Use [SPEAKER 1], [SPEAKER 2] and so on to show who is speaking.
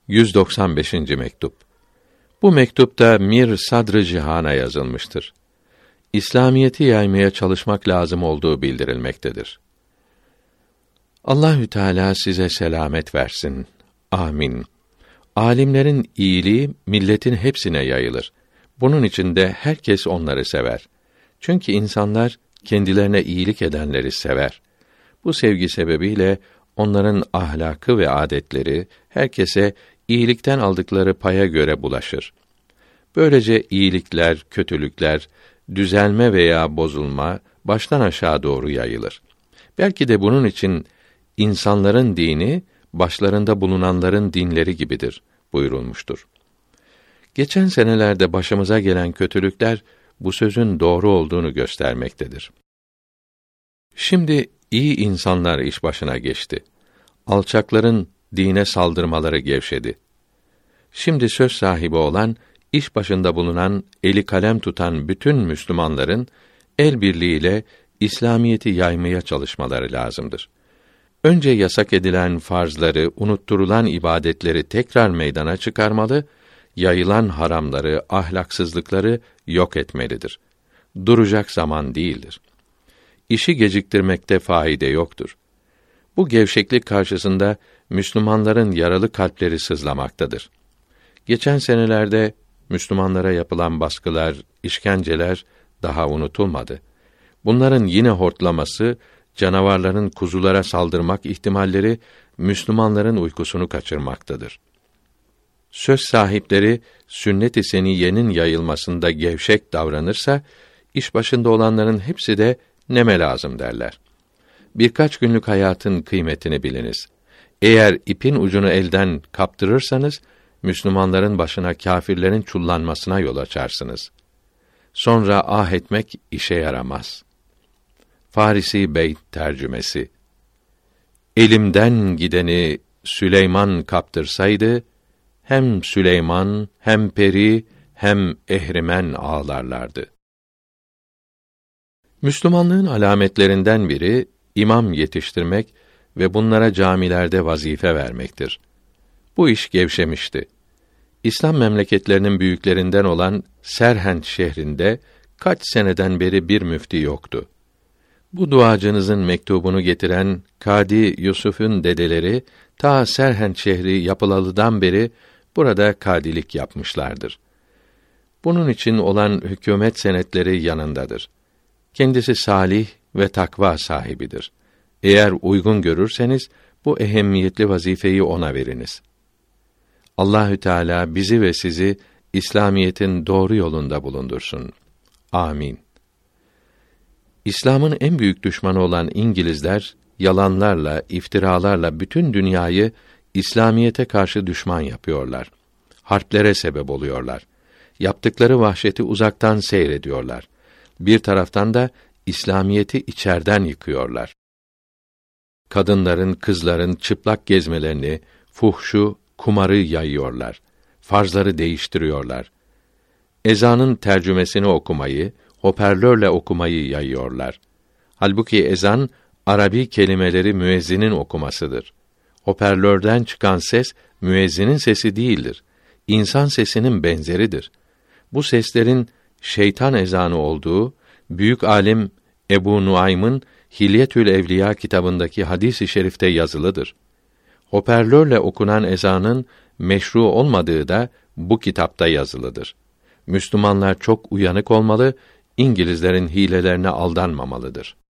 [SPEAKER 1] 195. mektup. Bu mektupta Mir Sadr-ı Cihan'a yazılmıştır. İslamiyeti yaymaya çalışmak lazım olduğu bildirilmektedir. Allahü Teala size selamet versin. Amin. Alimlerin iyiliği milletin hepsine yayılır. Bunun için de herkes onları sever. Çünkü insanlar kendilerine iyilik edenleri sever. Bu sevgi sebebiyle onların ahlakı ve adetleri herkese iyilikten aldıkları paya göre bulaşır. Böylece iyilikler, kötülükler, düzelme veya bozulma baştan aşağı doğru yayılır. Belki de bunun için insanların dini başlarında bulunanların dinleri gibidir buyurulmuştur. Geçen senelerde başımıza gelen kötülükler bu sözün doğru olduğunu göstermektedir. Şimdi iyi insanlar iş başına geçti. Alçakların dine saldırmaları gevşedi. Şimdi söz sahibi olan, iş başında bulunan, eli kalem tutan bütün Müslümanların el birliğiyle İslamiyeti yaymaya çalışmaları lazımdır. Önce yasak edilen farzları, unutturulan ibadetleri tekrar meydana çıkarmalı, yayılan haramları, ahlaksızlıkları yok etmelidir. Duracak zaman değildir. İşi geciktirmekte faide yoktur. Bu gevşeklik karşısında Müslümanların yaralı kalpleri sızlamaktadır. Geçen senelerde Müslümanlara yapılan baskılar, işkenceler daha unutulmadı. Bunların yine hortlaması, canavarların kuzulara saldırmak ihtimalleri Müslümanların uykusunu kaçırmaktadır. Söz sahipleri sünnet-i seniyyenin yayılmasında gevşek davranırsa, iş başında olanların hepsi de neme lazım derler. Birkaç günlük hayatın kıymetini biliniz. Eğer ipin ucunu elden kaptırırsanız, Müslümanların başına kâfirlerin çullanmasına yol açarsınız. Sonra ah etmek işe yaramaz. Farisi Beyt tercümesi. Elimden gideni Süleyman kaptırsaydı, hem Süleyman, hem peri, hem ehrimen ağlarlardı. Müslümanlığın alametlerinden biri, imam yetiştirmek ve bunlara camilerde vazife vermektir. Bu iş gevşemişti. İslam memleketlerinin büyüklerinden olan Serhent şehrinde kaç seneden beri bir müfti yoktu. Bu duacınızın mektubunu getiren Kadi Yusuf'un dedeleri ta Serhent şehri yapılalıdan beri burada kadilik yapmışlardır. Bunun için olan hükümet senetleri yanındadır. Kendisi salih ve takva sahibidir. Eğer uygun görürseniz bu ehemmiyetli vazifeyi ona veriniz. Allahü Teala bizi ve sizi İslamiyetin doğru yolunda bulundursun. Amin. İslam'ın en büyük düşmanı olan İngilizler yalanlarla, iftiralarla bütün dünyayı İslamiyete karşı düşman yapıyorlar. Harplere sebep oluyorlar. Yaptıkları vahşeti uzaktan seyrediyorlar. Bir taraftan da İslamiyeti içerden yıkıyorlar. Kadınların, kızların çıplak gezmelerini, fuhşu, kumarı yayıyorlar. Farzları değiştiriyorlar. Ezanın tercümesini okumayı, hoparlörle okumayı yayıyorlar. Halbuki ezan, Arabi kelimeleri müezzinin okumasıdır. Hoparlörden çıkan ses, müezzinin sesi değildir. İnsan sesinin benzeridir. Bu seslerin şeytan ezanı olduğu, büyük alim Ebu Nuaym'ın Hilyetül Evliya kitabındaki hadis-i şerifte yazılıdır. Hoparlörle okunan ezanın meşru olmadığı da bu kitapta yazılıdır. Müslümanlar çok uyanık olmalı, İngilizlerin hilelerine aldanmamalıdır.